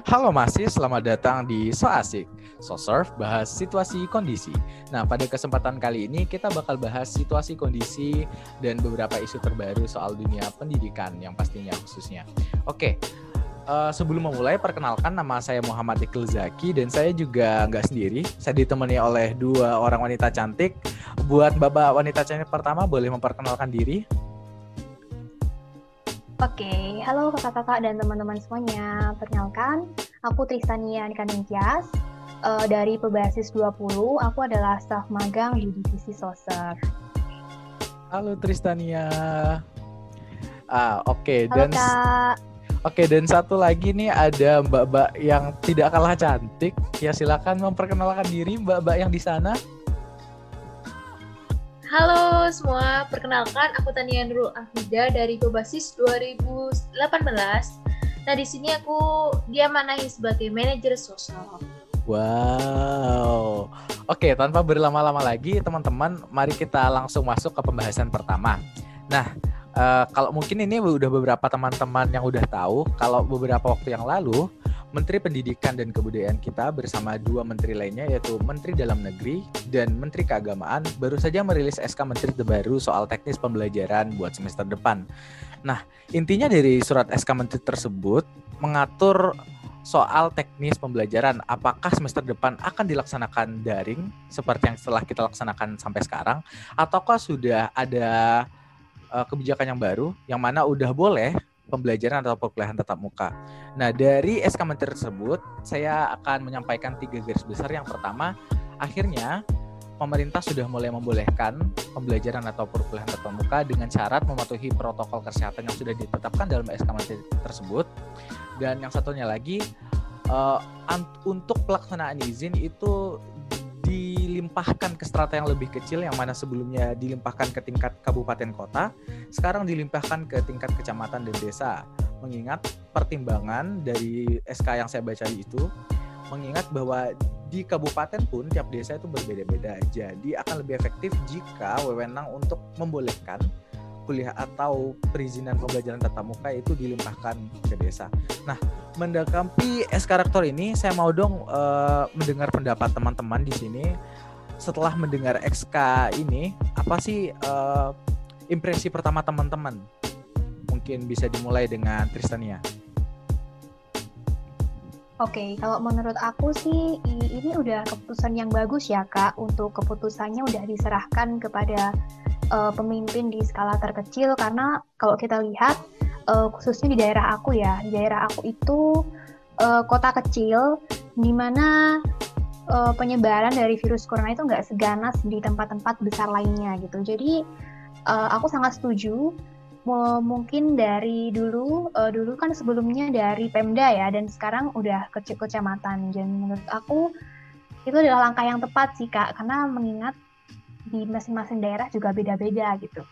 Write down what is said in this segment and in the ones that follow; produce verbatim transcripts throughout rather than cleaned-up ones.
Halo Masih, selamat datang di So Asik, So Surf, bahas situasi kondisi. Nah, pada kesempatan kali ini kita bakal bahas situasi kondisi dan beberapa isu terbaru soal dunia pendidikan yang pastinya khususnya. Oke, uh, sebelum memulai, perkenalkan nama saya Muhammad Iqbal Zaki dan saya juga nggak sendiri. Saya ditemani oleh dua orang wanita cantik. Buat Bapak wanita cantik pertama, boleh memperkenalkan diri? Oke, halo kakak-kakak dan teman-teman semuanya. Perkenalkan, aku Tristania Nikaningtyas uh, dari Pebasis dua puluh. Aku adalah staf magang di divisi Soser. Halo Tristania. Ah, oke. Okay. Halo Dan Kak. Oke, dan satu lagi nih ada mbak-mbak yang tidak kalah cantik. Ya, silakan memperkenalkan diri mbak-mbak yang di sana. Halo semua, perkenalkan aku Tania Nurul Afida dari Pebasis dua ribu delapan belas. Nah, di sini aku diamanahi sebagai manajer sosial. Wow. Oke, tanpa berlama-lama lagi, teman-teman, mari kita langsung masuk ke pembahasan pertama. Nah, uh, kalau mungkin ini udah beberapa teman-teman yang udah tahu, kalau beberapa waktu yang lalu, Menteri Pendidikan dan Kebudayaan kita bersama dua menteri lainnya yaitu Menteri Dalam Negeri dan Menteri Keagamaan baru saja merilis S K Menteri terbaru soal teknis pembelajaran buat semester depan. Nah, intinya dari surat S K Menteri tersebut mengatur soal teknis pembelajaran, apakah semester depan akan dilaksanakan daring seperti yang setelah kita laksanakan sampai sekarang, ataukah sudah ada uh, kebijakan yang baru yang mana udah boleh pembelajaran atau perkuliahan tatap muka. Nah, dari S K Menteri tersebut, saya akan menyampaikan tiga garis besar. Yang pertama, akhirnya pemerintah sudah mulai membolehkan pembelajaran atau perkuliahan tatap muka dengan syarat mematuhi protokol kesehatan yang sudah ditetapkan dalam S K Menteri tersebut. Dan yang satunya lagi, uh, untuk pelaksanaan izin itu dilimpahkan ke strata yang lebih kecil, yang mana sebelumnya dilimpahkan ke tingkat kabupaten kota, sekarang dilimpahkan ke tingkat kecamatan dan desa. Mengingat pertimbangan dari S K yang saya baca itu, mengingat bahwa di kabupaten pun tiap desa itu berbeda-beda, jadi akan lebih efektif jika wewenang untuk membolehkan kuliah atau perizinan pembelajaran tatap muka itu dilimpahkan ke desa. Nah, mendakapi S K Rektor ini, saya mau dong uh, mendengar pendapat teman-teman di sini. Setelah mendengar S K ini, apa sih uh, impresi pertama teman-teman? Mungkin bisa dimulai dengan Tristania. Oke, kalau menurut aku sih ini udah keputusan yang bagus ya Kak. Untuk keputusannya udah diserahkan kepada uh, pemimpin di skala terkecil, karena kalau kita lihat uh, khususnya di daerah aku ya, di daerah aku itu uh, kota kecil di mana uh, penyebaran dari virus corona itu nggak seganas di tempat-tempat besar lainnya gitu. Jadi uh, aku sangat setuju. Mungkin dari dulu, uh, dulu kan sebelumnya dari Pemda ya, dan sekarang udah ke kecamatan. Dan menurut aku itu adalah langkah yang tepat sih Kak, karena mengingat di masing-masing daerah juga beda-beda gitu.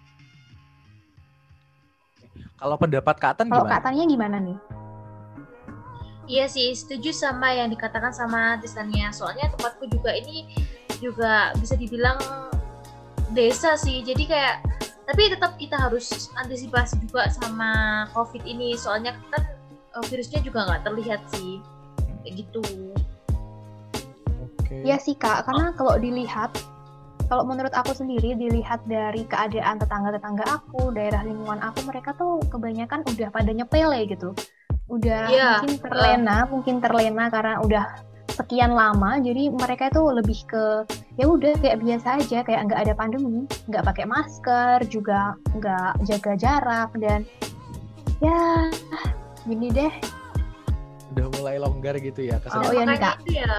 Kalau pendapat Kak Tan Kalau gimana? Kak Tanya gimana nih? Iya sih, setuju sama yang dikatakan sama Tristania. Soalnya tempatku juga ini juga bisa dibilang desa sih. Jadi kayak, tapi tetap kita harus antisipasi juga sama COVID ini. Soalnya kan virusnya juga nggak terlihat sih, kayak gitu. Oke. Iya sih Kak, karena kalau dilihat, kalau menurut aku sendiri, dilihat dari keadaan tetangga-tetangga aku, daerah lingkungan aku, mereka tuh kebanyakan udah pada nyepele gitu. Udah yeah, mungkin terlena, uh, mungkin terlena karena udah sekian lama, jadi mereka itu lebih ke ya udah kayak biasa aja, kayak nggak ada pandemi, nggak pakai masker, juga nggak jaga jarak, dan ya gini deh. Udah mulai longgar gitu ya kesempatan. Oh, ya nih Kak. Ya.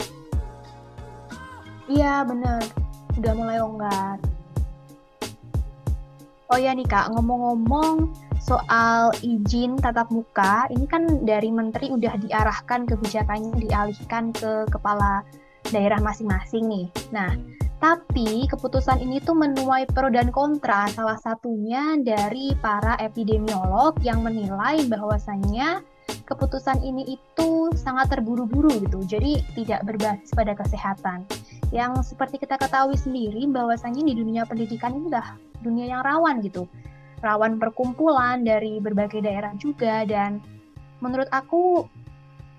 Iya bener, udah mulai longgar. Oh ya nih Kak, ngomong-ngomong soal izin tatap muka, ini kan dari menteri udah diarahkan kebijakannya dialihkan ke kepala daerah masing-masing nih. Nah, tapi keputusan ini tuh menuai pro dan kontra, salah satunya dari para epidemiolog yang menilai bahwasannya keputusan ini itu sangat terburu-buru gitu, jadi tidak berbasis pada kesehatan. Yang seperti kita ketahui sendiri bahwasannya di dunia pendidikan ini udah dunia yang rawan gitu. Rawan perkumpulan dari berbagai daerah juga, dan menurut aku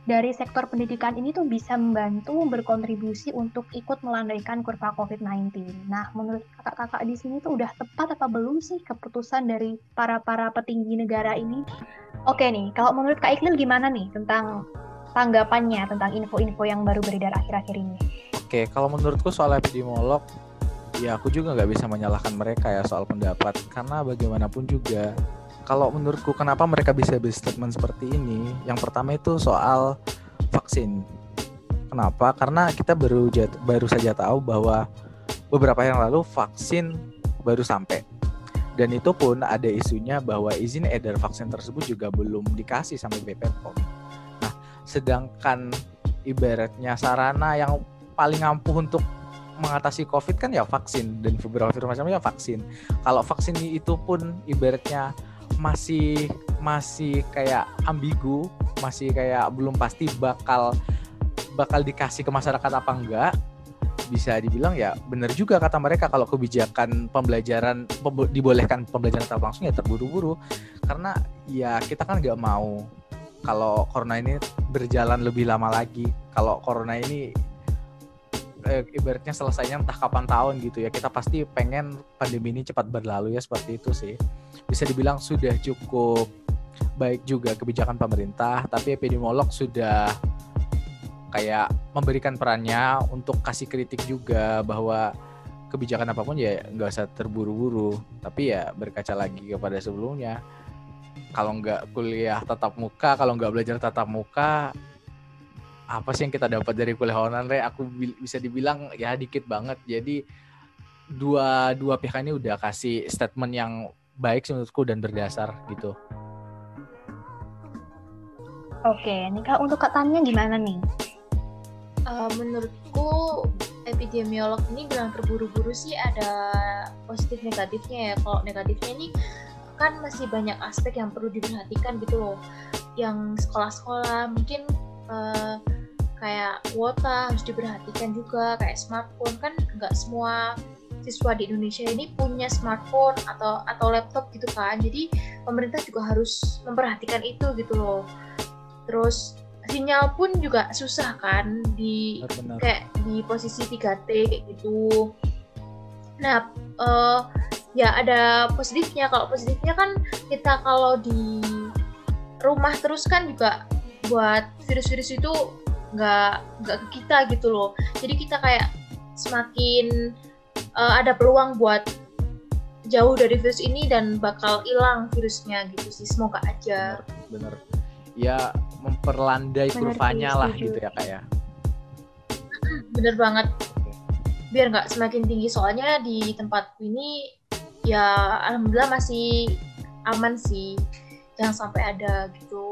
dari sektor pendidikan ini tuh bisa membantu berkontribusi untuk ikut melandaikan kurva covid sembilan belas. Nah, menurut kakak-kakak di sini tuh udah tepat apa belum sih keputusan dari para-para petinggi negara ini? Oke nih, kalau menurut Kak Iqlil gimana nih tentang tanggapannya tentang info-info yang baru beredar akhir-akhir ini? Oke, kalau menurutku soal epidemiolog, ya aku juga nggak bisa menyalahkan mereka ya soal pendapat, karena bagaimanapun juga kalau menurutku kenapa mereka bisa berstatement seperti ini, yang pertama itu soal vaksin. Kenapa? Karena kita baru baru saja tahu bahwa beberapa hari yang lalu vaksin baru sampai, dan itu pun ada isunya bahwa izin edar vaksin tersebut juga belum dikasih sampai B P O M. Nah, sedangkan ibaratnya sarana yang paling ampuh untuk mengatasi COVID kan ya vaksin, dan beberapa virus macamnya vaksin. Kalau vaksin itu pun ibaratnya masih masih kayak ambigu, masih kayak belum pasti bakal bakal dikasih ke masyarakat apa enggak, bisa dibilang ya benar juga kata mereka kalau kebijakan pembelajaran pem- dibolehkan pembelajaran tatap langsung ya terburu-buru, karena ya kita kan nggak mau kalau corona ini berjalan lebih lama lagi. Kalau corona ini eh, ibaratnya selesainya entah kapan tahun gitu ya, kita pasti pengen pandemi ini cepat berlalu ya, seperti itu sih. Bisa dibilang sudah cukup baik juga kebijakan pemerintah, tapi epidemiolog sudah kayak memberikan perannya untuk kasih kritik juga bahwa kebijakan apapun ya nggak usah terburu-buru, tapi ya berkaca lagi kepada sebelumnya. Kalau nggak kuliah tatap muka, kalau nggak belajar tatap muka, apa sih yang kita dapat dari kuliah online? Aku bisa dibilang ya dikit banget. Jadi dua dua pihak ini udah kasih statement yang baik menurutku dan berdasar gitu. Oke, nih Kak, untuk Kak Tania gimana nih? Uh, menurutku epidemiolog ini bilang terburu-buru sih ada positif negatifnya ya. Kalau negatifnya ini kan masih banyak aspek yang perlu diperhatikan gitu loh. Yang sekolah-sekolah mungkin uh, kayak kuota harus diperhatikan juga, kayak smartphone kan nggak semua siswa di Indonesia ini punya smartphone atau atau laptop gitu kan. Jadi pemerintah juga harus memperhatikan itu gitu loh. Terus sinyal pun juga susah kan di Benar. kayak di posisi tiga T kayak gitu. Nah, uh, ya ada positifnya. Kalau positifnya kan kita kalau di rumah terus kan juga buat virus-virus itu nggak nggak ke kita gitu loh. Jadi kita kayak semakin uh, ada peluang buat jauh dari virus ini dan bakal hilang virusnya gitu sih. Semoga aja. Bener, bener. Ya memperlandai bener, kurvanya sih, lah setuju. Gitu ya Kak ya. Bener banget. Biar nggak semakin tinggi, soalnya di tempatku ini ya alhamdulillah masih aman sih. Jangan sampai ada gitu.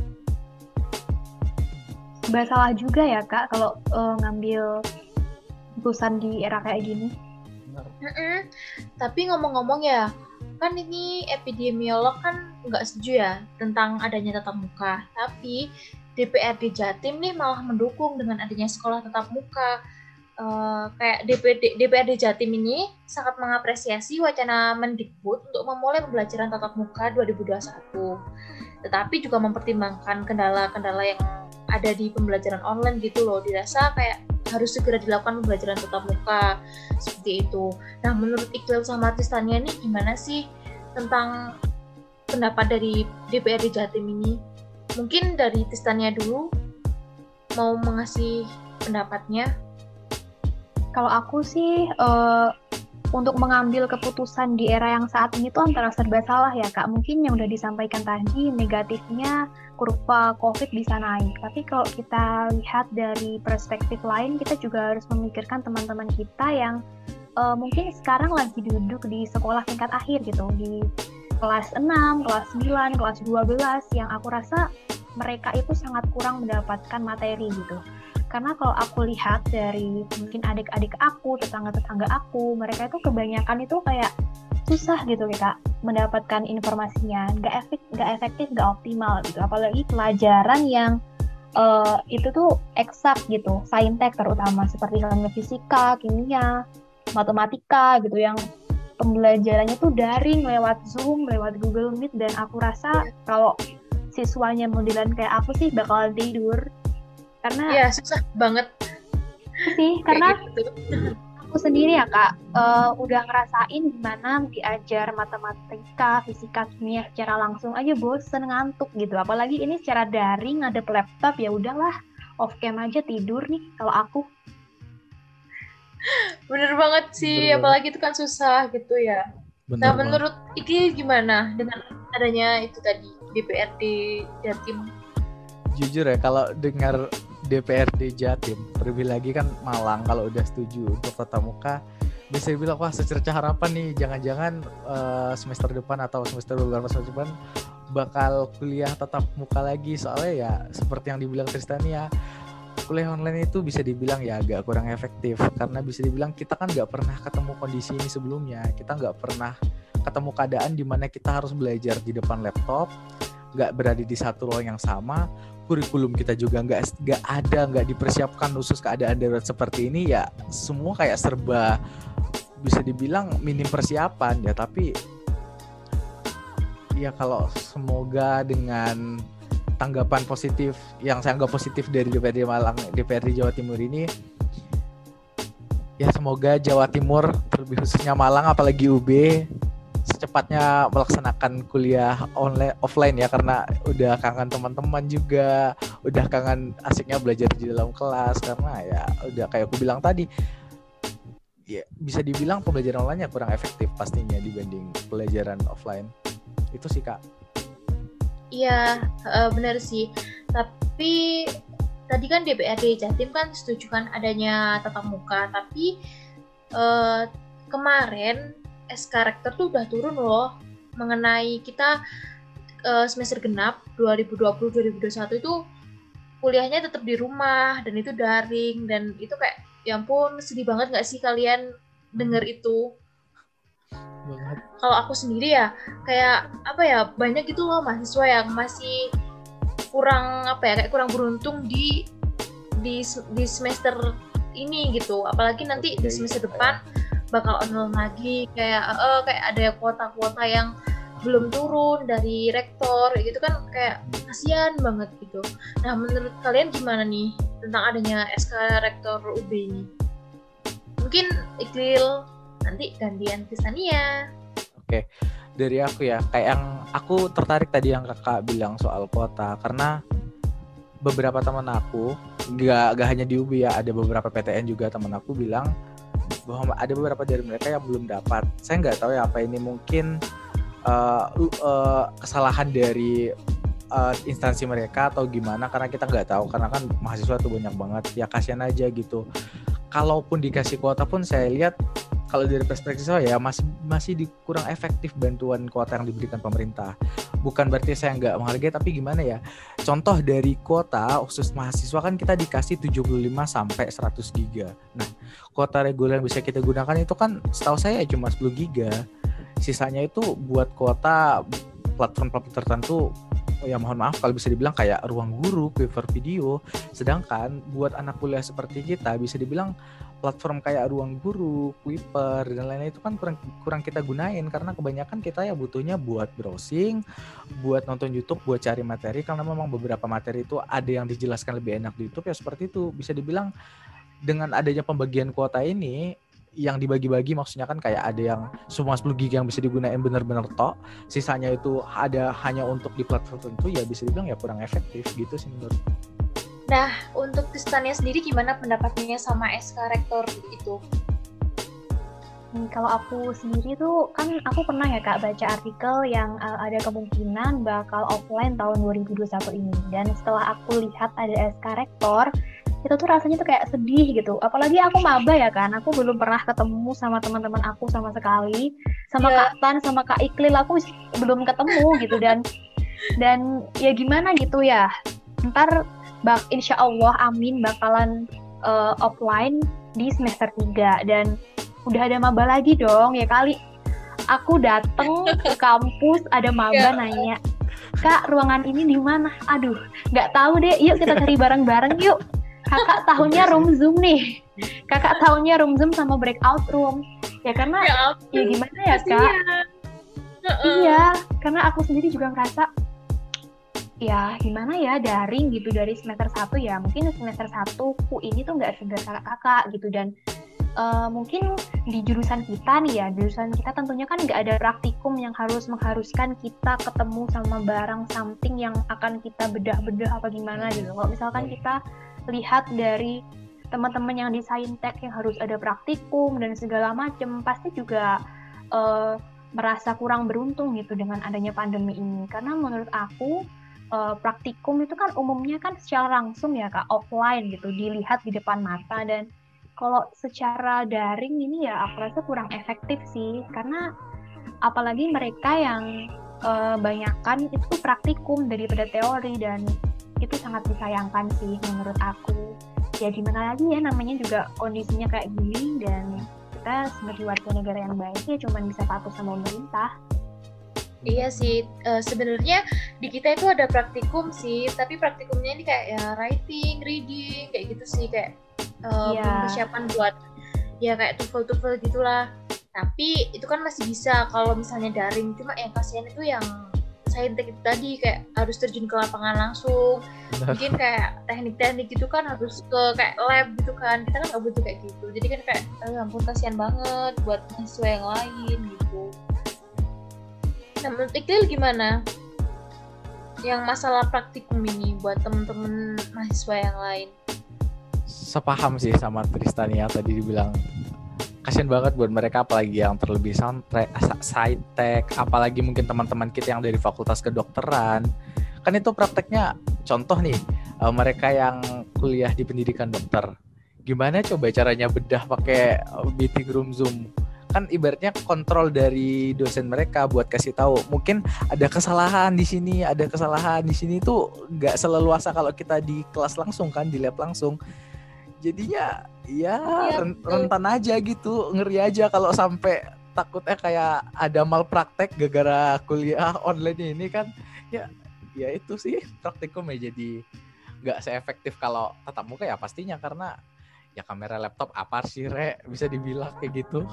Serba salah juga ya Kak kalau uh, ngambil keputusan di era kayak gini. Mm-mm. Tapi ngomong-ngomong ya, kan ini epidemiolog kan nggak setuju ya tentang adanya tatap muka. Tapi D P R D Jatim nih malah mendukung dengan adanya sekolah tatap muka. Uh, kayak D P D, D P R D Jatim ini sangat mengapresiasi wacana Mendikbud untuk memulai pembelajaran tatap muka dua ribu dua puluh satu. Tetapi juga mempertimbangkan kendala-kendala yang ada di pembelajaran online gitu loh. Dirasa kayak harus segera dilakukan pembelajaran tatap muka seperti itu. Nah, menurut Iqlil sama Tristania nih gimana sih tentang pendapat dari D P R D Jatim ini? Mungkin dari Tristania dulu mau mengasih pendapatnya. Kalau aku sih uh, untuk mengambil keputusan di era yang saat ini tuh antara serba salah ya Kak. Mungkin yang udah disampaikan tadi negatifnya kurva COVID bisa naik. Tapi kalau kita lihat dari perspektif lain, kita juga harus memikirkan teman-teman kita yang uh, mungkin sekarang lagi duduk di sekolah tingkat akhir gitu, di kelas enam, kelas sembilan, kelas dua belas, yang aku rasa mereka itu sangat kurang mendapatkan materi gitu. Karena kalau aku lihat dari mungkin adik-adik aku, tetangga-tetangga aku, mereka itu kebanyakan itu kayak susah gitu ya Kak mendapatkan informasinya, nggak efektif, nggak efektif, nggak optimal gitu. Apalagi pelajaran yang uh, itu tuh eksak gitu, saintek terutama seperti halnya fisika, kimia, matematika gitu, yang pembelajarannya tuh daring lewat Zoom, lewat Google Meet, dan aku rasa kalau siswanya modelan kayak aku sih bakal tidur Karena Iya, susah banget sih, karena kayak gitu. aku sendiri ya Kak, uh, udah ngerasain gimana diajar matematika, fisika, kimia secara langsung aja bosen, ngantuk gitu. Apalagi ini secara daring, ngadep laptop, ya udahlah, off cam aja tidur nih kalau aku. Bener banget sih, Bener banget. apalagi itu kan susah gitu ya. Bener Nah, banget. menurut Iki gimana dengan adanya itu tadi D P R D Jatim? Jujur ya, kalau dengar D P R D Jatim, terlebih lagi kan Malang, kalau udah setuju untuk tatap muka, bisa dibilang wah secercah harapan nih, jangan-jangan uh, semester depan atau semester beberapa semester depan bakal kuliah tatap muka lagi. Soalnya ya seperti yang dibilang Tristania, kuliah online itu bisa dibilang ya agak kurang efektif, karena bisa dibilang kita kan nggak pernah ketemu kondisi ini sebelumnya, kita nggak pernah ketemu keadaan di mana kita harus belajar di depan laptop, nggak berada di satu ruang yang sama, kurikulum kita juga nggak nggak ada, nggak dipersiapkan khusus keadaan darurat seperti ini, ya semua kayak serba bisa dibilang minim persiapan ya. Tapi ya kalau semoga dengan tanggapan positif yang saya anggap positif dari D P R D Malang, D P R D Jawa Timur ini, ya semoga Jawa Timur, terlebih khususnya Malang apalagi U B, secepatnya melaksanakan kuliah online offline ya, karena udah kangen teman-teman juga, udah kangen asiknya belajar di dalam kelas, karena ya udah kayak aku bilang tadi, ya bisa dibilang pembelajaran online kurang efektif pastinya dibanding pelajaran offline. Itu sih Kak. Iya, uh, benar sih. Tapi tadi kan D P R D Jatim kan setuju kan adanya tatap muka, tapi uh, kemarin S K Rektor tuh udah turun loh mengenai kita uh, semester genap dua ribu dua puluh dua ribu dua puluh satu itu kuliahnya tetap di rumah dan itu daring, dan itu kayak ya ampun sedih banget nggak sih kalian denger itu? Banget. Kalau aku sendiri ya kayak apa ya, banyak gitu loh mahasiswa yang masih kurang apa ya kayak kurang beruntung di di di semester ini gitu, apalagi nanti di semester depan bakal online lagi, kayak uh, kayak ada kuota-kuota yang belum turun dari rektor gitu kan, kayak kasihan banget gitu. Nah, menurut kalian gimana nih tentang adanya S K Rektor U B ini? Mungkin Iqlil, nanti gantian Tristania. Oke, dari aku ya, kayak yang aku tertarik tadi yang kakak bilang soal kuota, karena beberapa teman aku, gak, gak hanya di U B ya, ada beberapa P T N juga teman aku bilang bahwa ada beberapa dari mereka yang belum dapat. Saya nggak tahu ya apa ini mungkin uh, uh, kesalahan dari uh, instansi mereka atau gimana, karena kita nggak tahu, karena kan mahasiswa tuh banyak banget, ya kasihan aja gitu. Kalaupun dikasih kuota pun saya lihat kalau dari perspektif saya ya masih masih di, kurang efektif bantuan kuota yang diberikan pemerintah. Bukan berarti saya nggak menghargai, tapi gimana ya, contoh dari kuota khusus mahasiswa kan kita dikasih tujuh puluh lima sampai seratus giga. Nah, kuota reguler yang bisa kita gunakan itu kan setahu saya cuma sepuluh giga. Sisanya itu buat kuota platform-platform tertentu, ya mohon maaf kalau bisa dibilang kayak ruang guru, Quiver Video. Sedangkan buat anak kuliah seperti kita bisa dibilang platform kayak ruang guru, Quiver dan lain-lain itu kan kurang kurang kita gunain, karena kebanyakan kita ya butuhnya buat browsing, buat nonton YouTube, buat cari materi, karena memang beberapa materi itu ada yang dijelaskan lebih enak di YouTube ya seperti itu. Bisa dibilang dengan adanya pembagian kuota ini yang dibagi-bagi, maksudnya kan kayak ada yang semua sepuluh giga yang bisa digunain benar-benar tok, sisanya itu ada hanya untuk di platform tertentu, ya bisa dibilang ya kurang efektif gitu sih menurut. Nah, untuk Tristania sendiri gimana pendapatnya sama S K Rektor itu? Hmm, kalau aku sendiri tuh kan aku pernah ya Kak baca artikel yang uh, ada kemungkinan bakal offline tahun dua ribu dua puluh satu ini, dan setelah aku lihat ada S K Rektor, itu tuh rasanya tuh kayak sedih gitu. Apalagi aku maba ya kan, aku belum pernah ketemu sama teman-teman aku sama sekali, sama yeah. Kak Tan, sama Kak Iqlil aku belum ketemu gitu, dan dan ya gimana gitu ya. Ntar bak insya Allah amin bakalan uh, offline di semester tiga, dan udah ada maba lagi dong ya kali. Aku dateng ke kampus ada maba yeah. nanya, "Kak, ruangan ini di mana?" Aduh, nggak tahu deh. Yuk kita cari bareng-bareng yuk. Kakak tahunnya room zoom nih. Kakak tahunnya room zoom sama breakout room. Ya karena ya, ya gimana ya Kak? Uh-uh. Iya, karena aku sendiri juga ngerasa ya gimana ya, daring gitu dari semester satu ya. Mungkin semester satu ku ini tuh nggak segar kakak-kakak gitu, dan uh, mungkin di jurusan kita nih ya, jurusan kita tentunya kan nggak ada praktikum yang harus mengharuskan kita ketemu sama barang something yang akan kita bedah-bedah apa gimana gitu. Kalau misalkan kita lihat dari teman-teman yang di saintek yang harus ada praktikum dan segala macam, pasti juga uh, merasa kurang beruntung gitu dengan adanya pandemi ini. Karena menurut aku uh, praktikum itu kan umumnya kan secara langsung ya Kak, offline gitu, dilihat di depan mata, dan kalau secara daring ini ya aku rasa kurang efektif sih, karena apalagi mereka yang uh, banyakan itu praktikum daripada teori, dan itu sangat disayangkan sih menurut aku. Ya gimana lagi ya, namanya juga kondisinya kayak gini, dan kita sebagai warga negara yang baik ya cuma bisa patuh sama pemerintah. Iya sih, uh, sebenarnya di kita itu ada praktikum sih, tapi praktikumnya ini kayak ya writing, reading, kayak gitu sih, kayak uh, yeah. persiapan buat ya kayak TOEFL-TOEFL gitulah. Tapi itu kan masih bisa kalau misalnya daring, cuma yang kasihan itu yang saintek itu tadi, kayak harus terjun ke lapangan langsung. Mungkin kayak teknik-teknik gitu kan harus ke kayak lab gitu kan, kita kan nggak butuh kayak gitu. Jadi kan kayak oh, ampun kasihan banget buat mahasiswa yang lain gitu. Nah, menurut Iqlil gimana yang masalah praktikum ini buat temen-temen mahasiswa yang lain? Sepaham sih sama Tristania tadi dibilang, kasian banget buat mereka, apalagi yang terlebih saintek, apalagi mungkin teman-teman kita yang dari fakultas kedokteran. Kan itu prakteknya, contoh nih, uh, mereka yang kuliah di pendidikan dokter, gimana coba caranya bedah pakai meeting room Zoom? Kan ibaratnya kontrol dari dosen mereka buat kasih tahu, mungkin ada kesalahan di sini, ada kesalahan di sini, tuh nggak seleluasa kalau kita di kelas langsung kan, di lab langsung. Jadinya ya, ya rentan aja gitu, ngeri aja kalau sampai takutnya kayak ada malpraktek gara-gara kuliah online ini kan. Ya ya itu sih, praktikum ya jadi nggak seefektif kalau tatap muka ya pastinya, karena ya kamera laptop apa sih Re, bisa dibilang kayak gitu.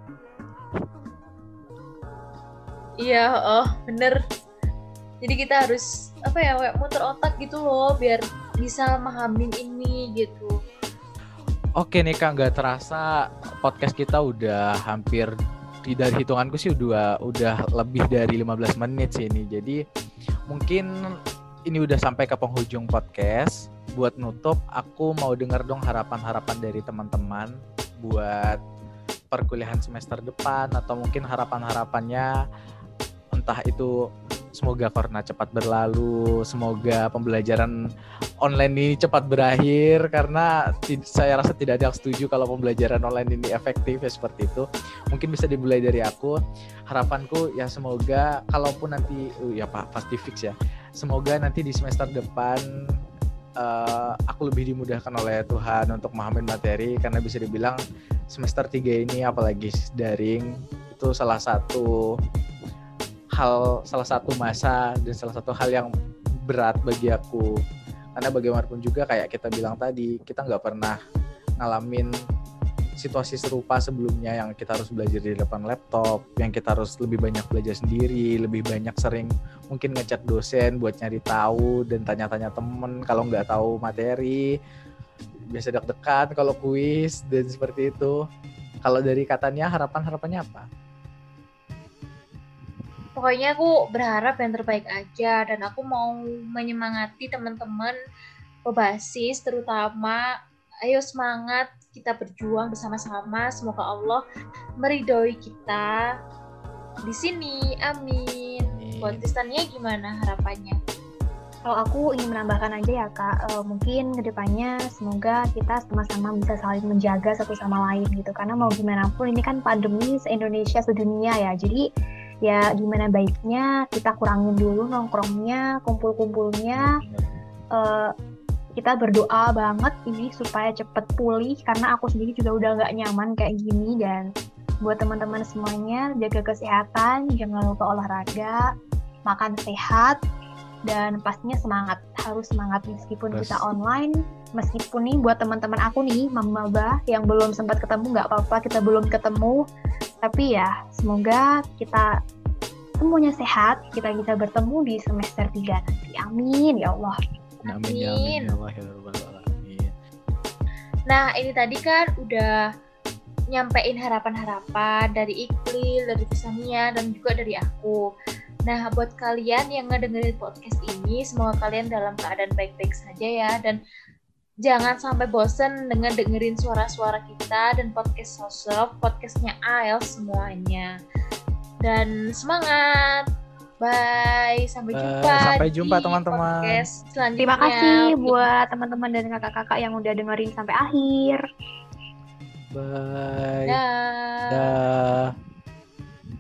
Iya, oh bener. Jadi kita harus apa ya, kayak muter otak gitu loh biar bisa memahamin ini gitu. Oke nih Kak, nggak terasa podcast kita udah hampir, dari hitunganku sih udah udah lebih dari lima belas menit sih ini. Jadi mungkin ini udah sampai ke penghujung podcast. Buat nutup, aku mau dengar dong harapan-harapan dari teman-teman buat perkuliahan semester depan, atau mungkin harapan-harapannya entah itu semoga corona cepat berlalu, semoga pembelajaran online ini cepat berakhir, karena t- saya rasa tidak ada yang setuju kalau pembelajaran online ini efektif ya, seperti itu. Mungkin bisa dimulai dari aku. Harapanku ya semoga kalaupun nanti uh, ya Pak pasti fix ya, semoga nanti di semester depan uh, aku lebih dimudahkan oleh Tuhan untuk memahami materi, karena bisa dibilang semester tiga ini apalagi daring itu salah satu hal, salah satu masa dan salah satu hal yang berat bagi aku, karena bagaimanapun juga kayak kita bilang tadi, kita nggak pernah ngalamin situasi serupa sebelumnya, yang kita harus belajar di depan laptop, yang kita harus lebih banyak belajar sendiri, lebih banyak sering mungkin ngechat dosen buat nyari tahu dan tanya-tanya temen kalau nggak tahu materi, biasa deg-degan kalau kuis dan seperti itu. Kalau dari katanya, harapan-harapannya apa? Pokoknya aku berharap yang terbaik aja, dan aku mau menyemangati teman-teman pebasis terutama, ayo semangat, kita berjuang bersama-sama, semoga Allah meridhoi kita di sini, amin. Buat Tristania gimana harapannya? Kalau aku ingin menambahkan aja ya Kak, uh, mungkin kedepannya semoga kita sama-sama bisa saling menjaga satu sama lain gitu, karena mau gimana pun ini kan pandemi se-Indonesia, sedunia ya, jadi ya gimana baiknya kita kurangin dulu nongkrongnya, kumpul-kumpulnya. Uh, kita berdoa banget ini supaya cepet pulih, karena aku sendiri juga udah gak nyaman kayak gini. Dan buat teman-teman semuanya, jaga kesehatan, jangan lupa olahraga, makan sehat, dan pastinya semangat, harus semangat meskipun Terus. kita online. Meskipun nih buat teman-teman aku nih, maba yang belum sempat ketemu, gak apa-apa kita belum ketemu, tapi ya semoga kita semuanya sehat, kita bisa bertemu di semester tiga nanti. Amin ya Allah. Amin ya amin ya Allah ya rabbal alamin. Nah, ini tadi kan udah nyampein harapan-harapan dari Iqlil, dari Tisania, dan juga dari aku. Nah, buat kalian yang ngedengerin podcast ini, semoga kalian dalam keadaan baik-baik saja ya, dan jangan sampai bosen dengan dengerin suara-suara kita dan podcast Sosok, podcastnya A L semuanya. Dan semangat! Bye, sampai Bye. jumpa. Sampai jumpa di teman-teman. podcast selanjutnya. Terima kasih buat teman-teman dan kakak-kakak yang udah dengerin sampai akhir. Bye. Dah. Dah.